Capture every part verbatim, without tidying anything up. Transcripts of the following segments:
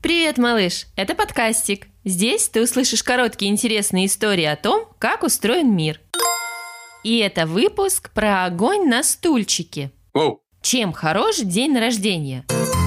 Привет, малыш! Это подкастик. Здесь ты услышишь короткие интересные истории о том, как устроен мир. И это выпуск про огонь на стульчике. Воу. Чем хорош день рождения?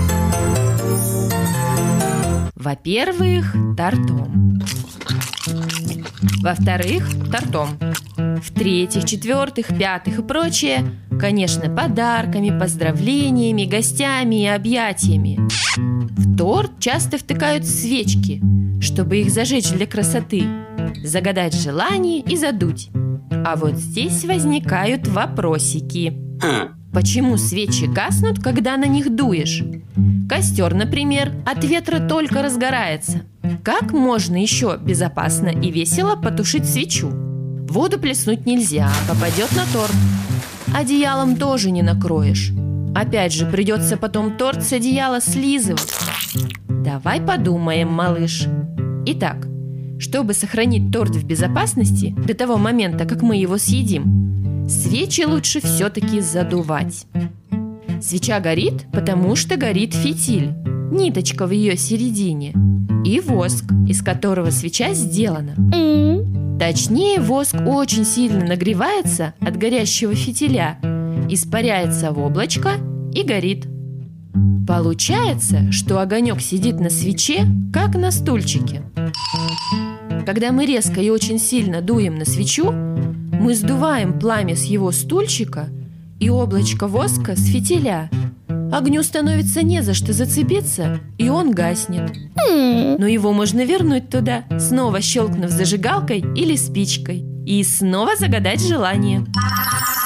Во-первых, тортом. Во-вторых, тортом. В-третьих, четвертых, пятых и прочее, конечно, подарками, поздравлениями, гостями и объятиями. В торт часто втыкают свечки, чтобы их зажечь для красоты, загадать желание и задуть. А вот здесь возникают вопросики. Почему свечи гаснут, когда на них дуешь? Костер, например, от ветра только разгорается. Как можно еще безопасно и весело потушить свечу? Воду плеснуть нельзя, попадет на торт. Одеялом тоже не накроешь. Опять же, придется потом торт с одеяла слизывать. Давай подумаем, малыш. Итак, чтобы сохранить торт в безопасности до того момента, как мы его съедим, свечи лучше все-таки задувать. Свеча горит, потому что горит фитиль, ниточка в ее середине, и воск, из которого свеча сделана. Точнее, воск очень сильно нагревается от горящего фитиля, испаряется в облачко и горит. Получается, что огонек сидит на свече, как на стульчике. Когда мы резко и очень сильно дуем на свечу, мы сдуваем пламя с его стульчика и облачко воска с фитиля. Огню становится не за что зацепиться, и он гаснет. Но его можно вернуть туда, снова щелкнув зажигалкой или спичкой, и снова загадать желание.